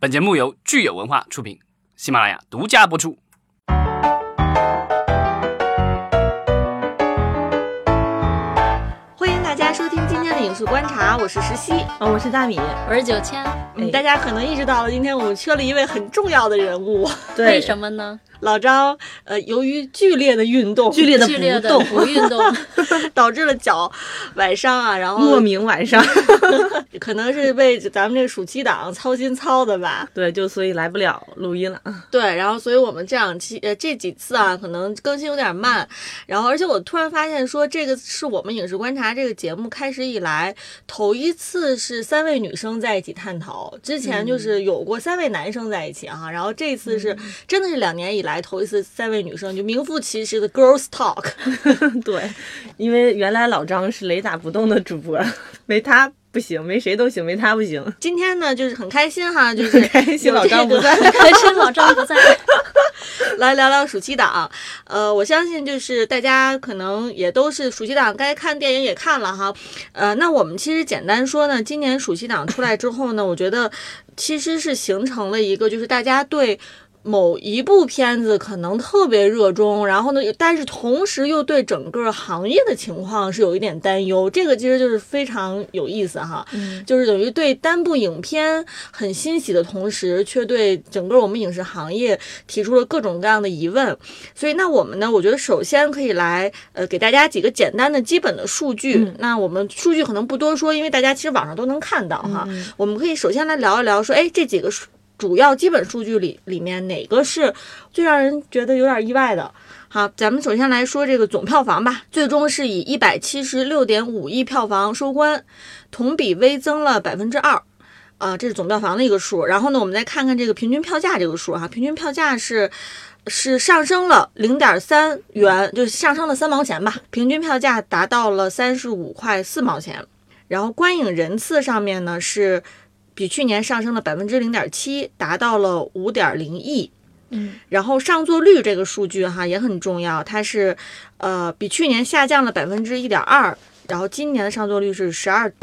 本节目由聚友文化出品，喜马拉雅独家播出。 欢迎大家收听今天的影视观察，我是石溪， 我是大米， 我是9000。 大家可能意识到了，今天我们缺了一位很重要的人物。 对， 为什么呢？ 老张，由于剧烈的运动， 剧烈的不运动， 导致了脚崴伤啊，然后莫名崴伤， 可能是被咱们这个暑期档操心操的吧。 对，就所以来不了录音了。 对，然后所以我们这几次啊，可能更新有点慢。然后，而且我突然发现说，这个是我们影视观察这个节目开始以来头一次是3位女生在一起探讨，之前就是有过3位男生在一起啊，然后这次是真的是2年以来头一次3位女生就名副其实的 girls talk。 对，因为原来老张是雷打不动的主播，没他不行，没谁都行，没他不行。 今天呢就是很开心哈，就是很开心老张不在， 开心老张不在来聊聊暑期档。我相信就是大家可能也都是暑期档该看电影也看了哈。那我们其实简单说呢，今年暑期档出来之后呢，我觉得其实是形成了一个就是大家对某一部片子可能特别热衷，然后呢，但是同时又对整个行业的情况是有一点担忧，这个其实就是非常有意思哈。就是等于对单部影片很欣喜的同时，却对整个我们影视行业提出了各种各样的疑问。所以那我们呢，我觉得首先可以来给大家几个简单的基本的数据。那我们数据可能不多说，因为大家其实网上都能看到哈。我们可以首先来聊一聊说，这几个主要基本数据里面哪个是最让人觉得有点意外的？好，咱们首先来说这个总票房吧，最终是以176.5亿票房收官，同比微增了2%。这是总票房的一个数。然后呢，我们再看看这个平均票价这个数哈，平均票价是上升了0.3元，就是上升了3毛钱吧，平均票价达到了35块4毛钱。然后观影人次上面呢是比去年上升了0.7%，达到了5.0亿。然后上座率这个数据哈也很重要，它是比去年下降了1.2%，然后今年的上座率是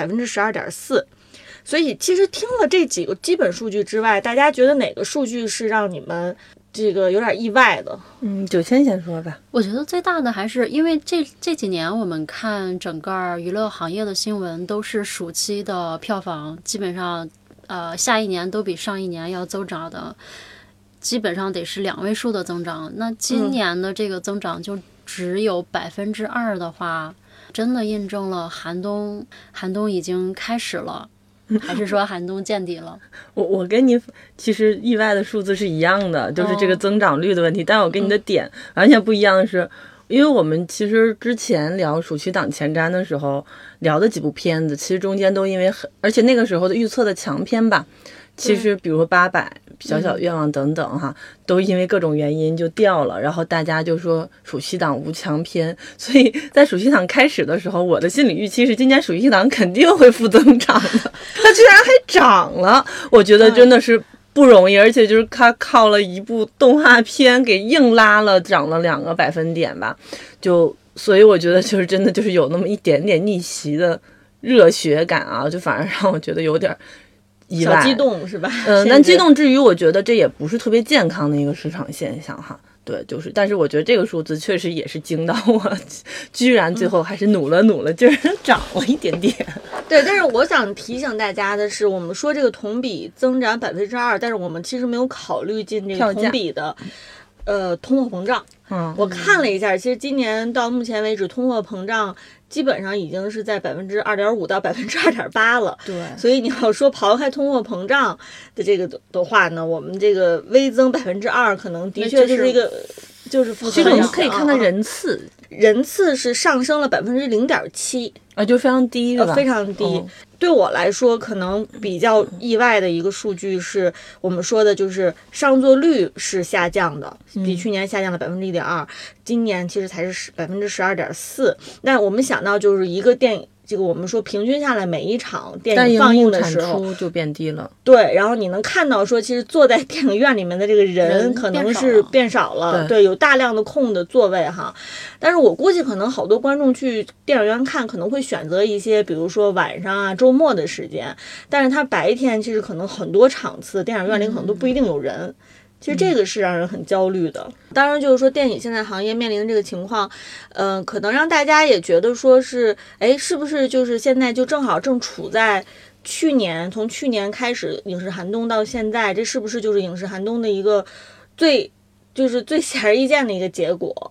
12.4%。所以其实听了这几个基本数据之外，大家觉得哪个数据是让你们这个有点意外的 ？9000先说吧。 我觉得最大的还是因为这几年我们看整个娱乐行业的新闻，都是暑期的票房基本上下一年都比上一年要增长的，基本上得是2位数的增长。那今年的这个增长就只有2%的话，真的印证了寒冬已经开始了。还是说寒冬见底了？ 我跟你其实意外的数字是一样的，就是这个增长率的问题。但我跟你的点完全不一样的是，因为我们其实之前聊暑期档前瞻的时候聊的几部片子，其实中间都因为而且那个时候的预测的强片吧，其实比如说800、小小愿望等等哈，都因为各种原因就掉了。然后大家就说暑期档无强片，所以在暑期档开始的时候，我的心理预期是今年暑期档肯定会负增长的，它居然还涨了，我觉得真的是不容易。而且就是它靠了一部动画片给硬拉了，涨了2个百分点吧，所以我觉得就是真的就是有那么一点点逆袭的热血感啊，就反而让我觉得有点意外， 小激动是吧？ 但激动之余，我觉得这也不是特别健康的一个市场现象哈。对，就是，但是我觉得这个数字确实也是惊到我，居然最后还是努了，居然涨了一点点。 对，但是我想提醒大家的是，我们说这个同比增长2%，但是我们其实没有考虑进这个同比的通货膨胀。我看了一下，其实今年到目前为止，通货膨胀基本上已经是在2.5%到2.8%了。对，所以你要说刨开通货膨胀的这个的话呢，我们这个微增2%，可能的确是一个就是负增长。 其实我们可以看看人次是上升了0.7%。 就非常低对吧？ 非常低。对我来说，可能比较意外的一个数据是我们说的，就是上座率是下降的，比去年下降了1.2%，今年其实才是12.4%。那我们想到就是一个电影这个我们说平均下来每一场电但影放映荧幕产的时候， 出就变低了。 对，然后你能看到说，其实坐在电影院里面的这个人可能是变少了，对，有大量的空的座位哈。但是我估计可能好多观众去电影院看，可能会选择一些，比如说晚上啊、周末的时间，但是他白天其实可能很多场次电影院里可能都不一定有人。其实这个是让人很焦虑的。当然，就是说电影现在行业面临的这个情况，可能让大家也觉得说是，哎，是不是就是现在就正好正处在从去年开始影视寒冬到现在，这是不是就是影视寒冬的一个最显而易见的一个结果？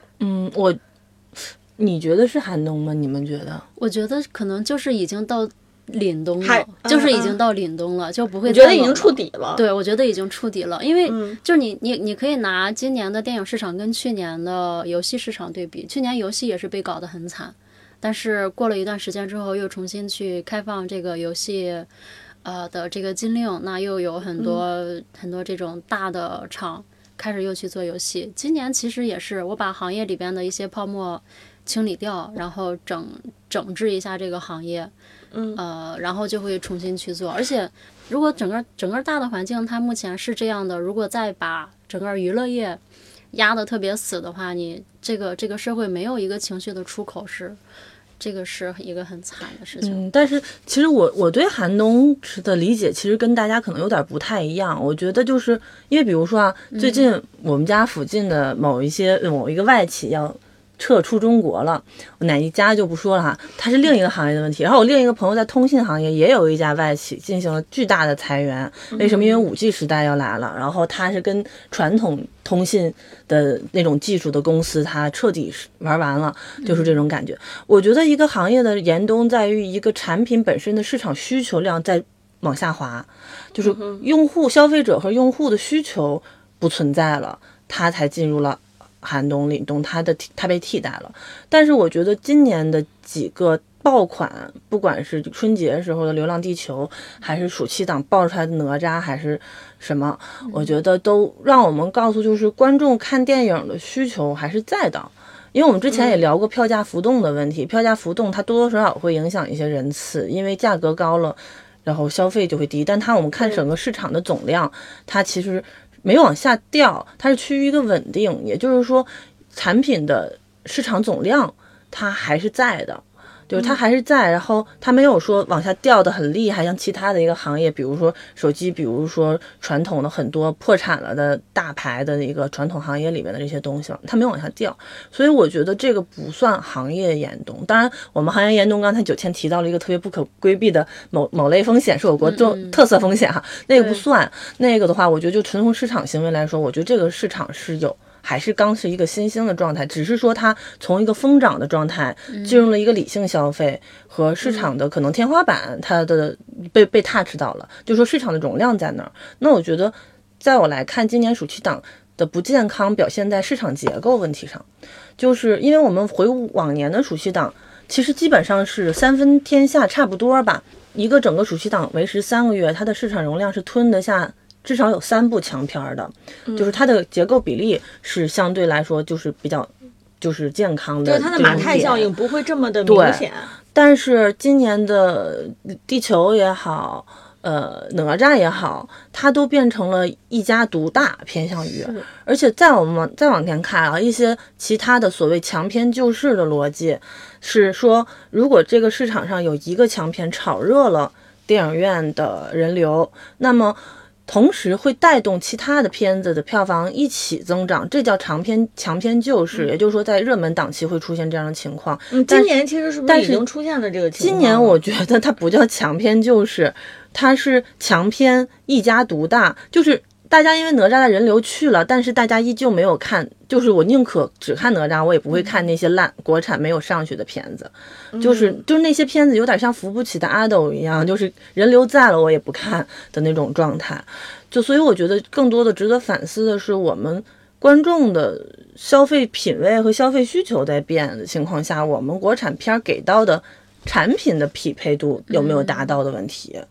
你觉得是寒冬吗？你们觉得？ 我觉得可能就是已经到凛冬了，就是已经到凛冬了，就不会再冷了。 我觉得已经触底了。 对，我觉得已经触底了，因为就是你可以拿今年的电影市场跟去年的游戏市场对比，去年游戏也是被搞得很惨，但是过了一段时间之后，又重新去开放这个游戏的这个禁令，那又有很多这种大的厂开始又去做游戏。今年其实也是，我把行业里边的一些泡沫清理掉，然后整治一下这个行业。然后就会重新去做，而且如果整个大的环境它目前是这样的，如果再把整个娱乐业压得特别死的话，你这个社会没有一个情绪的出口，这个是一个很惨的事情。 但是其实我对寒冬的理解其实跟大家可能有点不太一样。我觉得就是因为比如说啊，最近我们家附近的某一个外企要撤出中国了，我哪一家就不说了哈，它是另一个行业的问题。然后我另一个朋友在通信行业也有一家外企进行了巨大的裁员，为什么？因为 5G 时代要来了，然后它是跟传统通信的那种技术的公司它彻底玩完了，就是这种感觉。我觉得一个行业的严冬在于一个产品本身的市场需求量在往下滑，就是消费者和用户的需求不存在了，它才进入了寒冬凛冬，它被替代了。但是我觉得今年的几个爆款，不管是春节时候的《流浪地球》，还是暑期档爆出来的哪吒，还是什么，我觉得都让我们告诉，就是观众看电影的需求还是在的。因为我们之前也聊过票价浮动的问题，票价浮动它多多少少会影响一些人次，因为价格高了，然后消费就会低。但我们看整个市场的总量，它其实没有往下掉，它是趋于一个稳定，也就是说产品的市场总量它还是在的，就是它还是在，然后它没有说往下掉的很厉害，像其他的一个行业，比如说手机，比如说传统的很多破产了的大牌的一个传统行业里面的这些东西，它没有往下掉。所以我觉得这个不算行业严冬。当然我们行业严冬刚才9千提到了一个特别不可规避的某类风险，是我国特色风险哈，那个不算。那个的话我觉得就纯从市场行为来说，我觉得这个市场还是刚是一个新兴的状态，只是说它从一个疯涨的状态进入了一个理性消费和市场的可能天花板，它的被 touch 到了，就说市场的容量在那儿。那我觉得在我来看，今年暑期档的不健康表现在市场结构问题上，就是因为我们回顾往年的暑期档，其实基本上是3分天下差不多吧，一个整个暑期档维持3个月，它的市场容量是吞得下至少有3部强片的，就是它的结构比例是相对来说就是比较就是健康的， 对它的马太效应不会这么的明显。 但是今年的地球也好，哪吒也好，它都变成了一家独大，偏向于，而且再往前看啊，一些其他的所谓强片救市的逻辑是说，如果这个市场上有一个强片炒热了电影院的人流，那么同时会带动其他的片子的票房一起增长，这叫强片救市，也就是说在热门档期会出现这样的情况。 今年其实是不是已经出现了这个情况？ 今年我觉得它不叫强片救市，它是强片一家独大，就是大家因为哪吒的人流去了，但是大家依旧没有看，就是我宁可只看哪吒，我也不会看那些烂国产没有上去的片子，就是那些片子有点像扶不起的阿斗一样，就是人流在了我也不看的那种状态。所以我觉得更多的值得反思的是，我们观众的消费品味和消费需求在变的情况下，我们国产片给到的产品的匹配度有没有达到的问题。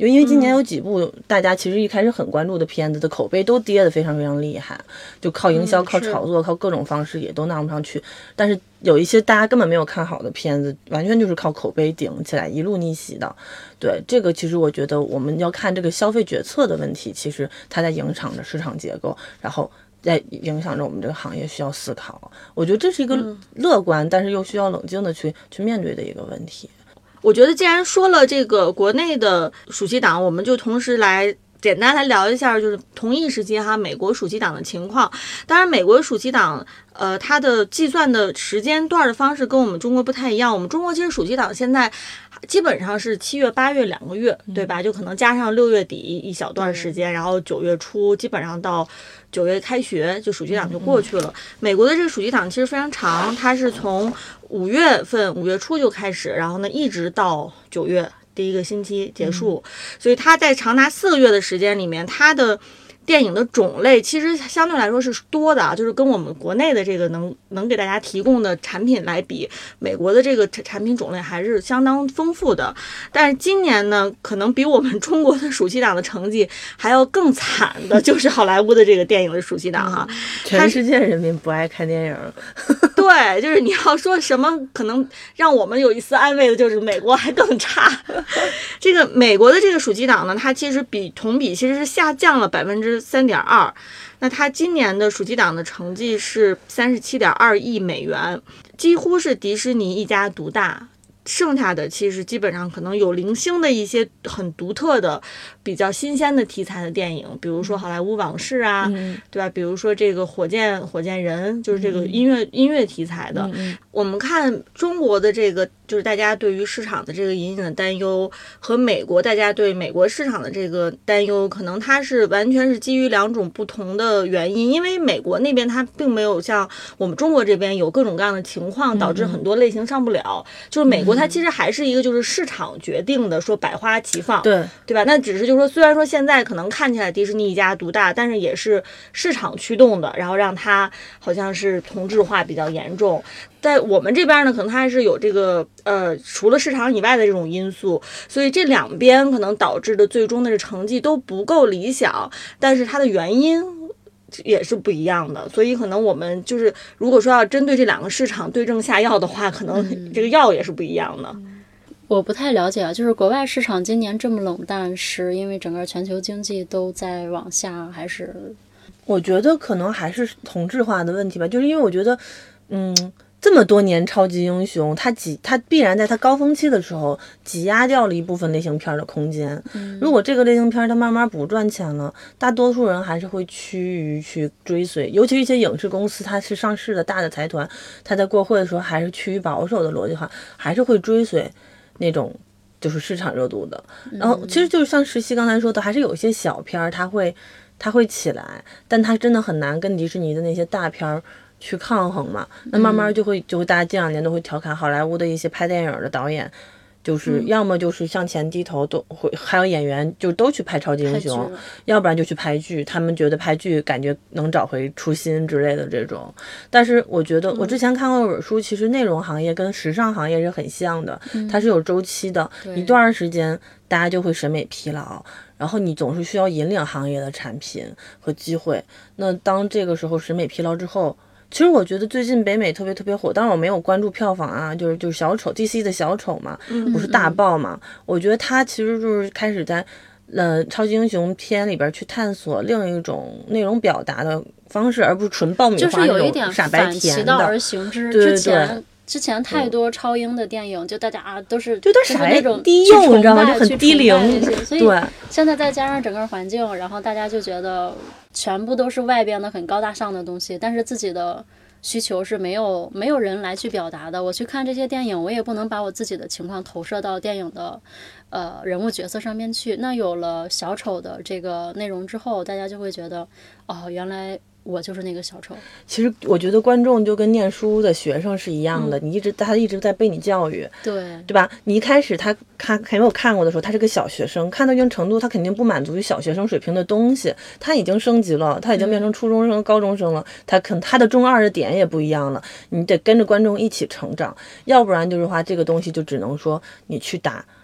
因为今年有几部大家其实一开始很关注的片子的口碑都跌得非常非常厉害，就靠营销、靠炒作、靠各种方式也都拿不上去。但是有一些大家根本没有看好的片子，完全就是靠口碑顶起来，一路逆袭的。对，这个其实我觉得我们要看这个消费决策的问题，其实它在影响着市场结构，然后在影响着我们这个行业需要思考。我觉得这是一个乐观，但是又需要冷静的去面对的一个问题。 我觉得既然说了这个国内的暑期档，我们就同时来简单来聊一下，就是同一时期美国暑期档的情况。当然，美国暑期档，它的计算的时间段的方式跟我们中国不太一样。我们中国其实暑期档现在基本上是7月、8月2个月，对吧？就可能加上6月底一小段时间，然后9月初基本上到9月开学，就暑期档就过去了。美国的这个暑期档其实非常长，它是从5月初就开始，然后呢一直到9月第一个星期结束，所以它在长达4个月的时间里面，它的电影的种类其实相对来说是多的，就是跟我们国内的这个能给大家提供的产品来比，美国的这个产品种类还是相当丰富的。但是今年呢，可能比我们中国的暑期档的成绩还要更惨的，就是好莱坞的这个电影的暑期档哈。 全世界人民不爱看电影。 对，就是你要说什么可能让我们有一丝安慰的，就是美国还更差。这个美国的这个暑期档呢，它其实同比其实是下降了3.2%。那它今年的暑期档的成绩是37.2亿美元，几乎是迪士尼一家独大。剩下的其实基本上可能有零星的一些很独特的、比较新鲜的题材的电影，比如说《好莱坞往事》啊，对吧？比如说这个火箭人，就是这个音乐题材的。我们看中国的这个，就是大家对于市场的这个隐隐的担忧，和美国大家对美国市场的这个担忧，可能它是完全是基于两种不同的原因。因为美国那边它并没有像我们中国这边有各种各样的情况，导致很多类型上不了。就是美国它其实还是一个就是市场决定的，说百花齐放，对吧？那只是就是说，虽然说现在可能看起来迪士尼一家独大，但是也是市场驱动的，然后让它好像是同质化比较严重。在我们这边呢，可能它还是有这个除了市场以外的这种因素，所以这两边可能导致的最终的这成绩都不够理想，但是它的原因也是不一样的。所以可能我们就是如果说要针对这两个市场对症下药的话，可能这个药也是不一样的。 我不太了解啊，就是国外市场今年这么冷淡，是因为整个全球经济都在往下，还是？ 我觉得可能还是同质化的问题吧，就是因为我觉得，这么多年超级英雄，它必然在它高峰期的时候挤压掉了一部分类型片的空间。如果这个类型片它慢慢不赚钱了，大多数人还是会趋于去追随，尤其一些影视公司，它是上市的大的财团，它在过会的时候还是趋于保守的逻辑化，还是会追随那种就是市场热度的。然后其实就是像石溪刚才说的，还是有一些小片它会起来，但它真的很难跟迪士尼的那些大片去抗衡嘛。那慢慢就会大家这两年都会调侃好莱坞的一些拍电影的导演，就是要么就是向前低头，都会还有演员就都去拍超级英雄，要不然就去拍剧，他们觉得拍剧感觉能找回初心之类的这种。但是我觉得我之前看过一本书，其实内容行业跟时尚行业是很像的，它是有周期的，一段时间大家就会审美疲劳，然后你总是需要引领行业的产品和机会。那当这个时候审美疲劳之后，其实我觉得最近北美特别火，当然我没有关注票房啊，就是小丑 DC 的小丑嘛，不是大爆嘛。我觉得他其实就是开始在超级英雄片里边去探索另一种内容表达的方式，而不是纯爆米花那种傻白甜的。 就是有一点反其道而行之。之前太多超英的电影，就大家都是就傻那种低幼，你知道吗？就很低龄。 所以现在再加上整个环境，然后大家就觉得全部都是外边的很高大上的东西，但是自己的需求是没有人来去表达的。我去看这些电影，我也不能把我自己的情况投射到电影的人物角色上面去。那有了小丑的这个内容之后，大家就会觉得哦，原来我就是那个小丑。 其实我觉得观众就跟念书的学生是一样的，他一直在被你教育，对吧？你一开始他还没有看过的时候，他是个小学生，看到一定程度，他肯定不满足于小学生水平的东西，他已经升级了，他已经变成初中生、高中生了，他的中二的点也不一样了，你得跟着观众一起成长，要不然就是话这个东西就只能说你去打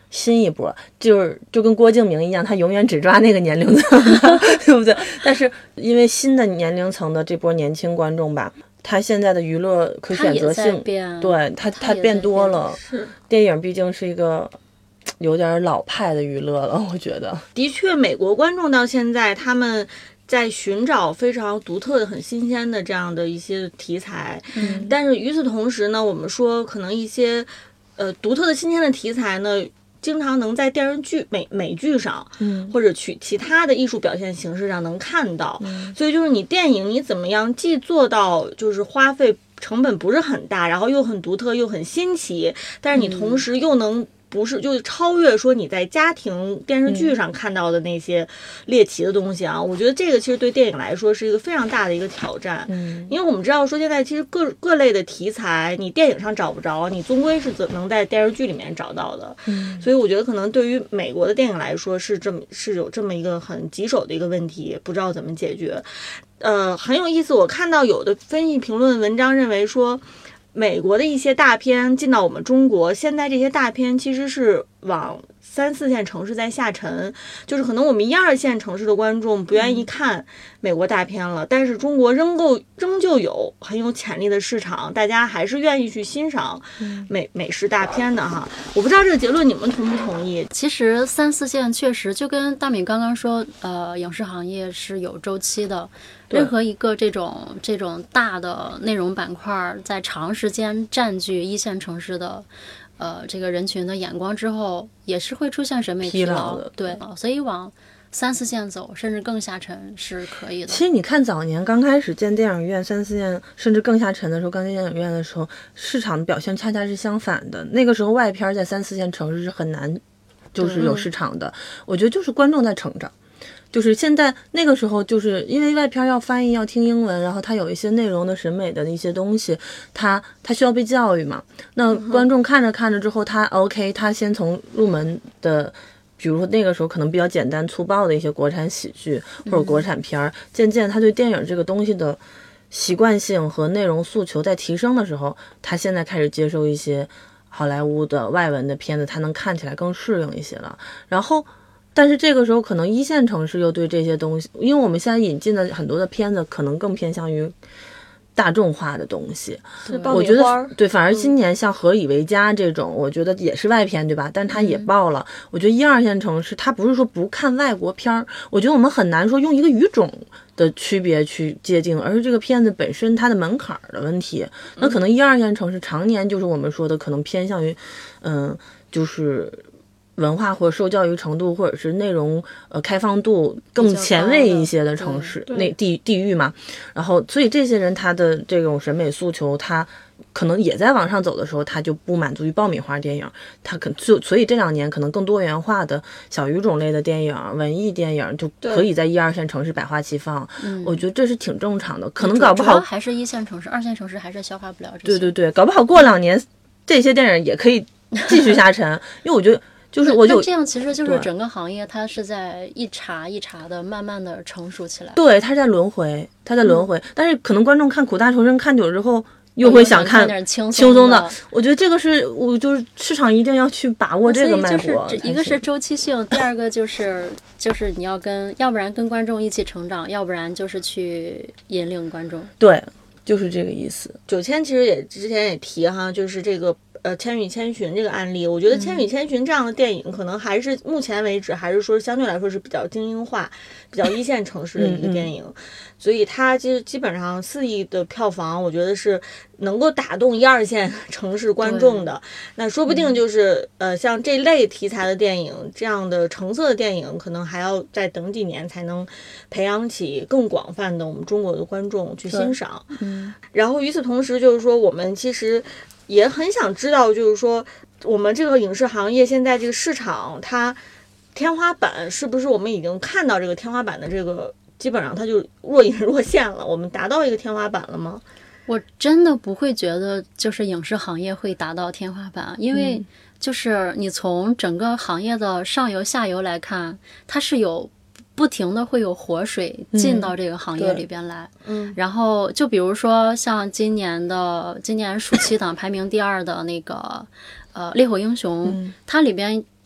新一波，就跟郭敬明一样，他永远只抓那个年龄层的，对不对？但是因为新的年龄层的这波年轻观众吧，他现在的娱乐可选择性，对他变多了。 是电影毕竟是一个有点老派的娱乐了，我觉得。 的确，美国观众到现在他们在寻找非常独特的、很新鲜的这样的一些题材，但是与此同时呢，我们说可能一些独特的、新鲜的题材呢，经常能在电视剧、美剧上，或者其他的艺术表现形式上能看到。所以就是你电影你怎么样既做到就是花费成本不是很大，然后又很独特又很新奇，但是你同时又能不是就是超越说你在家庭电视剧上看到的那些猎奇的东西啊，我觉得这个其实对电影来说是一个非常大的一个挑战。因为我们知道说现在其实各类的题材你电影上找不着，你终归是能在电视剧里面找到的。所以我觉得可能对于美国的电影来说是有这么一个很棘手的一个问题，不知道怎么解决。很有意思，我看到有的分析评论文章认为说，美国的一些大片进到我们中国，现在这些大片其实是往3、4线城市在下沉，就是可能我们1、2线城市的观众不愿意看美国大片了，但是中国仍旧有很有潜力的市场，大家还是愿意去欣赏美式大片的哈。我不知道这个结论你们同不同意？ 其实3、4线确实就跟大敏刚刚说，影视行业是有周期的。任何一个这种大的内容板块在长时间占据1线城市的这个人群的眼光之后，也是会出现审美疲劳的。对，所以往3、4线走，甚至更下沉是可以的。 其实你看早年刚开始建电影院3、4线甚至更下沉的时候，刚建电影院的时候，市场的表现恰恰是相反的。那个时候外片在3、4线城市是很难就是有市场的。我觉得就是观众在成长。就是现在那个时候，就是因为外片要翻译要听英文，然后它有一些内容的审美的一些东西，它需要被教育嘛。那观众看着看着之后，他 OK， 他先从入门的，比如说那个时候可能比较简单粗暴的一些国产喜剧或者国产片，渐渐他对电影这个东西的习惯性和内容诉求在提升的时候，他现在开始接受一些好莱坞的外文的片子，他能看起来更适应一些了。然后但是这个时候可能1线城市又对这些东西，因为我们现在引进的很多的片子可能更偏向于大众化的东西，我觉得对，反而今年像何以为家这种，我觉得也是外片对吧，但是它也爆了。我觉得1、2线城市它不是说不看外国片儿，我觉得我们很难说用一个语种的区别去界定，而是这个片子本身它的门槛的问题。那可能1、2线城市常年就是我们说的可能偏向于就是文化或者受教育程度或者是内容开放度更前卫一些的城市，那地域嘛。然后所以这些人他的这种审美诉求，他可能也在往上走的时候，他就不满足于爆米花电影，他所以这2年可能更多元化的小语种类的电影、文艺电影就可以在1、2线城市百花齐放。我觉得这是挺正常的，可能搞不好还是1线城市、2线城市还是消化不了这些。 对，搞不好过2年这些电影也可以继续下沉，因为我觉得。就是我就这样，其实就是整个行业它是在一茬一茬的慢慢的成熟起来。 对，它在轮回，但是可能观众看苦大仇深看久之后，又会想看点轻松的。我觉得这个是我就是市场一定要去把握这个脉搏。 就是一个是周期性，第二个就是你要不然跟观众一起成长，要不然就是去引领观众。 对，就是这个意思。 9000其实之前也提哈，就是这个。千与千寻这个案例，我觉得千与千寻这样的电影可能还是目前为止还是说相对来说是比较精英化、比较1线城市的一个电影，所以它基本上4亿的票房，我觉得是能够打动1、2线城市观众的。那说不定就是像这类题材的电影，这样的成色的电影，可能还要再等几年才能培养起更广泛的我们中国的观众去欣赏。然后与此同时，就是说我们其实也很想知道，就是说我们这个影视行业现在这个市场，它天花板是不是我们已经看到这个天花板的这个，基本上它就若隐若现了，我们达到一个天花板了吗？ 我真的不会觉得就是影视行业会达到天花板，因为就是你从整个行业的上游下游来看，它是有不停的会有活水进到这个行业里边来。然后就比如说像今年暑期档排名第2的那个烈火英雄，它里边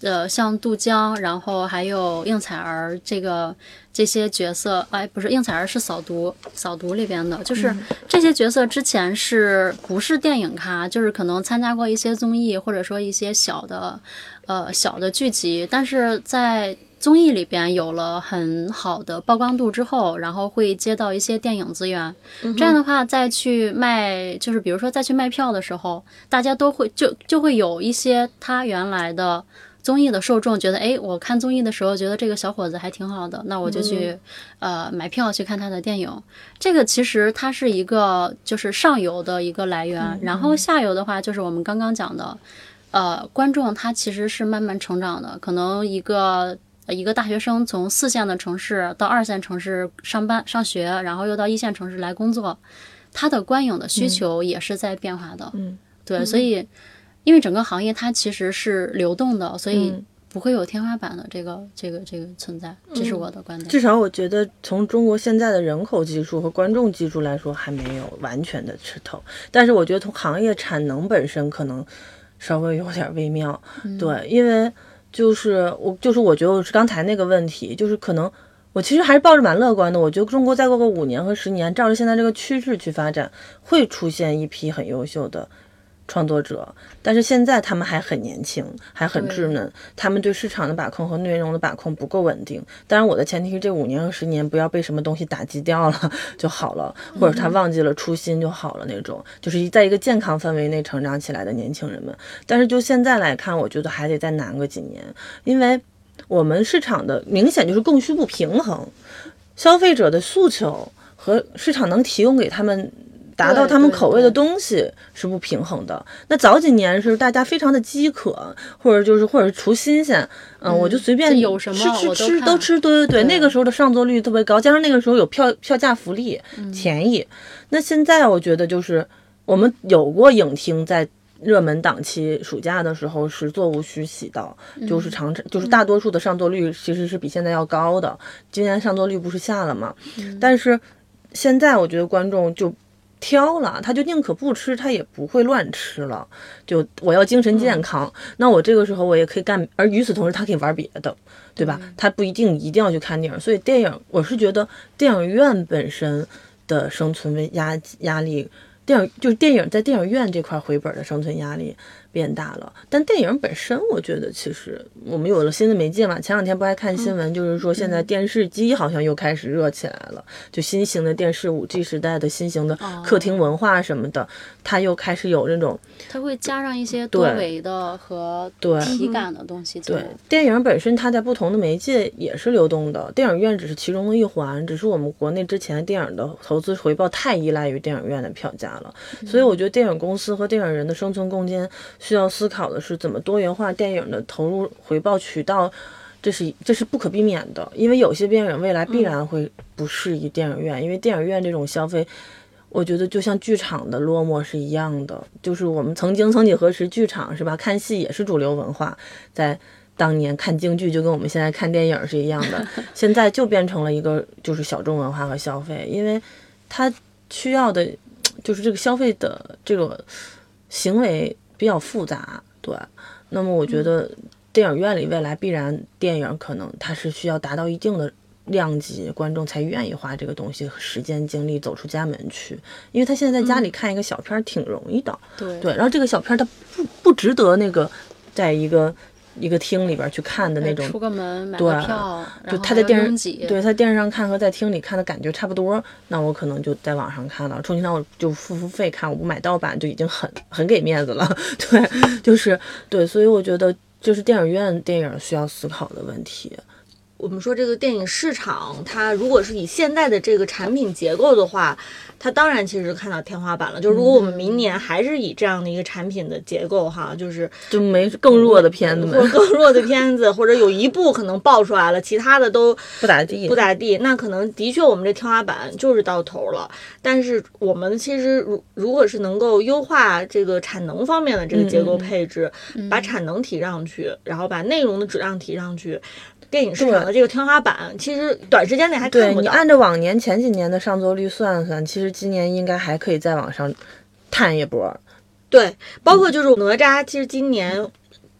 像杜江，然后还有应采儿这些角色，不是应采儿是扫毒里边的，就是这些角色之前不是电影咖，就是可能参加过一些综艺，或者说一些小的剧集，但是在综艺里边有了很好的曝光度之后，然后会接到一些电影资源，这样的话再去卖，就是比如说再去卖票的时候，大家都会就会有一些他原来的综艺的受众觉得，我看综艺的时候觉得这个小伙子还挺好的，那我就去买票去看他的电影。这个其实它是一个就是上游的一个来源，然后下游的话就是我们刚刚讲的，观众他其实是慢慢成长的，可能一个大学生从4线的城市到2线城市上班上学，然后又到1线城市来工作，他的观影的需求也是在变化的。对，所以因为整个行业它其实是流动的，所以不会有天花板的这个存在，这是我的观点。 至少我觉得从中国现在的人口基数和观众基数来说，还没有完全的吃透。但是我觉得从行业产能本身可能稍微有点微妙。对，因为我觉得我是刚才那个问题，就是可能我其实还是抱着蛮乐观的。我觉得中国再过个5年和10年，照着现在这个趋势去发展，会出现一批很优秀的创作者，但是现在他们还很年轻，还很稚嫩，他们对市场的把控和内容的把控不够稳定。当然我的前提是这5年和10年不要被什么东西打击掉了就好了，或者他忘记了初心就好了，那种就是在一个健康氛围内成长起来的年轻人们。但是就现在来看，我觉得还得再难个几年，因为我们市场的明显就是供需不平衡，消费者的诉求和市场能提供给他们达到他们口味的东西是不平衡的。那早几年是大家非常的饥渴，或者是图新鲜，我就随便有什么吃都吃，对，那个时候的上座率特别高，加上那个时候有票价福利，便宜。那现在我觉得就是我们有过影厅在热门档期暑假的时候是座无虚席的，就是就是大多数的上座率其实是比现在要高的。今年上座率不是下了吗？但是现在我觉得观众就挑了，他就宁可不吃，他也不会乱吃了。就我要精神健康，那我这个时候我也可以干，而与此同时他可以玩别的，对吧？他不一定要去看电影。所以电影，我是觉得电影院本身的生存压力，电影在电影院这块回本的生存压力变大了。但电影本身，我觉得其实我们有了新的媒介嘛。前2天不还看新闻，就是说现在电视机好像又开始热起来了，就新型的电视5G 时代的新型的客厅文化什么的，它又开始有这种， 它会加上一些多维的和体感的东西。 对，电影本身它在不同的媒介也是流动的，电影院只是其中的一环，只是我们国内之前电影的投资回报太依赖于电影院的票价了。所以我觉得电影公司和电影人的生存空间需要思考的是怎么多元化电影的投入回报渠道，这是不可避免的。因为有些电影未来必然会不适宜电影院，因为电影院这种消费，我觉得就像剧场的落寞是一样的。就是我们曾几何时剧场是吧，看戏也是主流文化，在当年看京剧就跟我们现在看电影是一样的，现在就变成了一个就是小众文化和消费，因为它需要的就是这个消费的这个行为比较复杂。对，那么我觉得电影院里未来必然电影可能它是需要达到一定的量级，观众才愿意花这个东西和时间精力走出家门去，因为他现在在家里看一个小片挺容易的。对，然后这个小片它不值得那个在一个厅里边去看的那种， 出个门买个票， 就他在电视上看和在厅里看的感觉差不多，那我可能就在网上看了，充其量我就付费看，我不买盗版就已经很给面子了。对，就是对，所以我觉得就是电影院电影需要思考的问题。 我们说这个电影市场，它如果是以现在的这个产品结构的话，它当然其实看到天花板了。就如果我们明年还是以这样的一个产品的结构哈，就没更弱的片子， 或者更弱的片子，或者有一部可能爆出来了，其他的都不咋地， 那可能的确我们这天花板就是到头了。但是我们其实如果是能够优化这个产能方面的这个结构配置，把产能提上去，然后把内容的质量提上去，电影市场的这个天花板其实短时间内还看不到。 对，你按照往年前几年的上座率算算，其实今年应该还可以再往上探一波。 对，包括就是哪吒，其实今年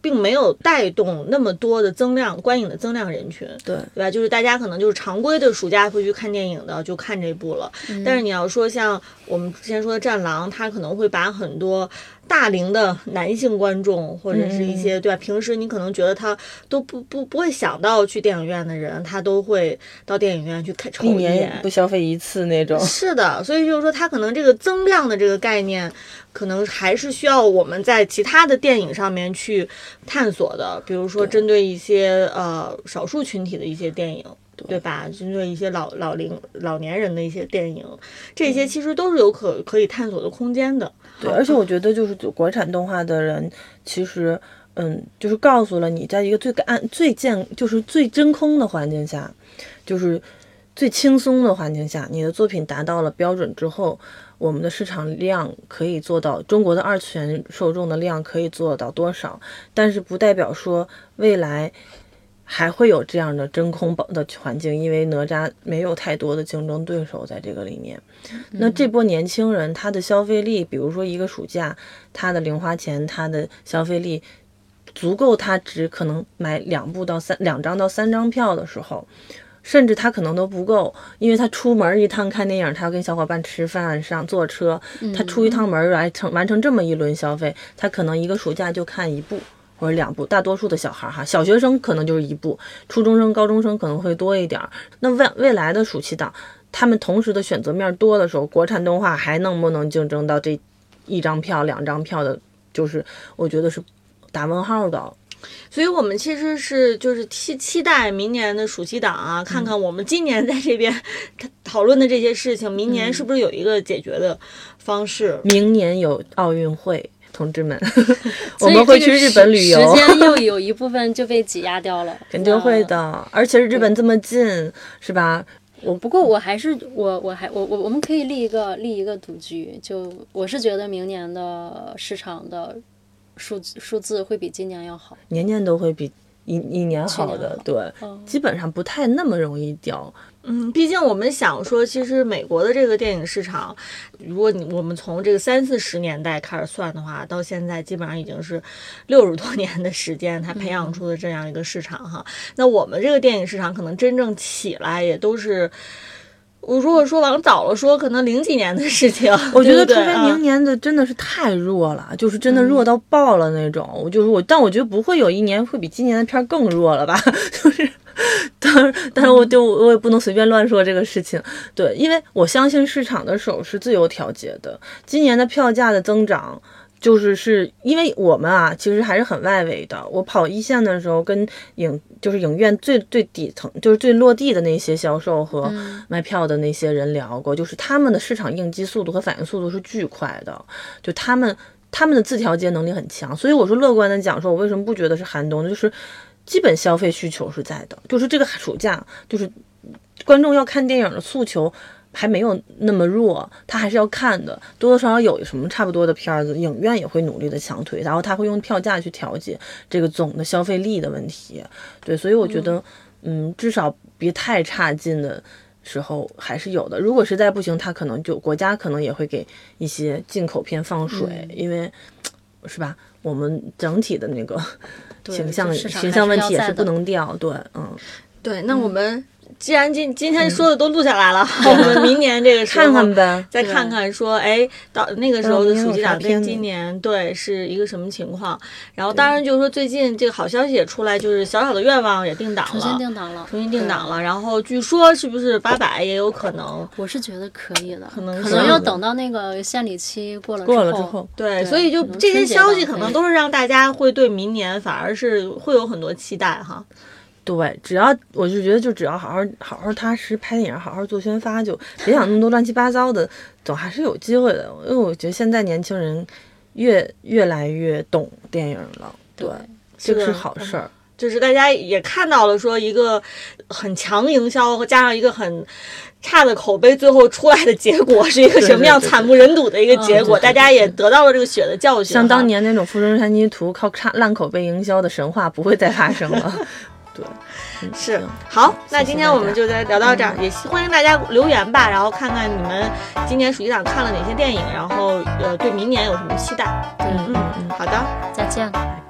并没有带动那么多的观影的增量人群， 对吧？就是大家可能就是常规的暑假会去看电影的，就看这部了。但是你要说像我们之前说的《战狼》，它可能会把很多大龄的男性观众，或者是一些对吧？平时你可能觉得他都不会想到去电影院的人，他都会到电影院去瞅一眼， 不消费一次那种。 是的，所以就是说，它可能这个增量的这个概念，可能还是需要我们在其他的电影上面去探索的，比如说针对一些少数群体的一些电影。对吧？针对一些老年人的一些电影，这些其实都是有可以探索的空间的。 对，而且我觉得就是国产动画的人，其实就是告诉了你，在一个就是最真空的环境下，就是最轻松的环境下，你的作品达到了标准之后，我们的市场量可以做到，中国的二次元受众的量可以做到多少，但是不代表说未来还会有这样的真空的环境，因为哪吒没有太多的竞争对手在这个里面。那这波年轻人他的消费力，比如说一个暑假，他的零花钱，他的消费力足够他只可能买2张到3张票的时候，甚至他可能都不够，因为他出门一趟看电影，他要跟小伙伴吃饭坐车，他出一趟门完成这么一轮消费，他可能一个暑假就看1部或者2部，大多数的小孩哈，小学生可能就是1部，初中生、高中生可能会多一点。那未来的暑期档，他们同时的选择面多的时候，国产动画还能不能竞争到这1张票、2张票的？就是我觉得是打问号的。 所以我们其实是就是期待明年的暑期档啊，看看我们今年在这边讨论的这些事情，明年是不是有一个解决的方式？ 明年有奥运会。同志们，我们会去日本旅游， 时间又有一部分就被挤压掉了， 肯定会的。而且日本这么近，是吧？ 不过我还是我们可以立一个赌局，就我是觉得明年的市场的数字会比今年要好， 年年都会比一年好的，对，基本上不太那么容易掉。 毕竟我们想说，其实美国的这个电影市场，如果我们从这个30-40年代开始算的话，到现在基本上已经是60多年的时间，它培养出的这样一个市场哈。那我们这个电影市场可能真正起来也都是，我如果说往早了说，可能00几年的事情。 我觉得除非明年的真的是太弱了，就是真的弱到爆了那种。但我觉得不会有一年会比今年的片更弱了吧？就是。但是我也不能随便乱说这个事情，对，因为我相信市场的手是自由调节的。今年的票价的增长，是因为我们啊，其实还是很外围的。我跑一线的时候，跟影院最底层，就是最落地的那些销售和卖票的那些人聊过，就是他们的市场应激速度和反应速度是巨快的，就他们的自调节能力很强。所以我说乐观的讲说，我为什么不觉得是寒冬，就是基本消费需求是在的，就是这个暑假，就是观众要看电影的诉求还没有那么弱，他还是要看的，多多少少有什么差不多的片子，影院也会努力的强推，然后他会用票价去调节这个总的消费力的问题。对，所以我觉得至少别太差劲的时候还是有的。如果实在不行，他可能国家可能也会给一些进口片放水，因为是吧，我们整体的那个形象问题也是不能掉。 对，那我们既然今天说的都录下来了，我们明年这个时候看看呗， 再看看说，到那个时候的暑期档跟今年对是一个什么情况。然后当然就是说最近这个好消息也出来，就是小小的愿望也定档了， 重新定档了。 然后据说是不是800也有可能？ 我是觉得可以的，可能要等到那个限礼期过了之后。 对，所以就这些消息可能都是让大家会对明年反而是会有很多期待哈。 对，我就觉得只要好好踏实拍电影，好好做宣发，就别想那么多乱七八糟的，总还是有机会的。因为我觉得现在年轻人越来越懂电影了，对，这个是好事儿。 就是大家也看到了，说一个很强营销和加上一个很差的口碑，最后出来的结果是一个什么样惨不忍睹的一个结果，大家也得到了这个血的教训。 像当年那种《富春山居图》靠烂口碑营销的神话不会再发生了。对， 是好，那今天我们就聊到这儿，也欢迎大家留言吧，然后看看你们今年暑期档看了哪些电影，然后对明年有什么期待。 嗯， 好的， 再见。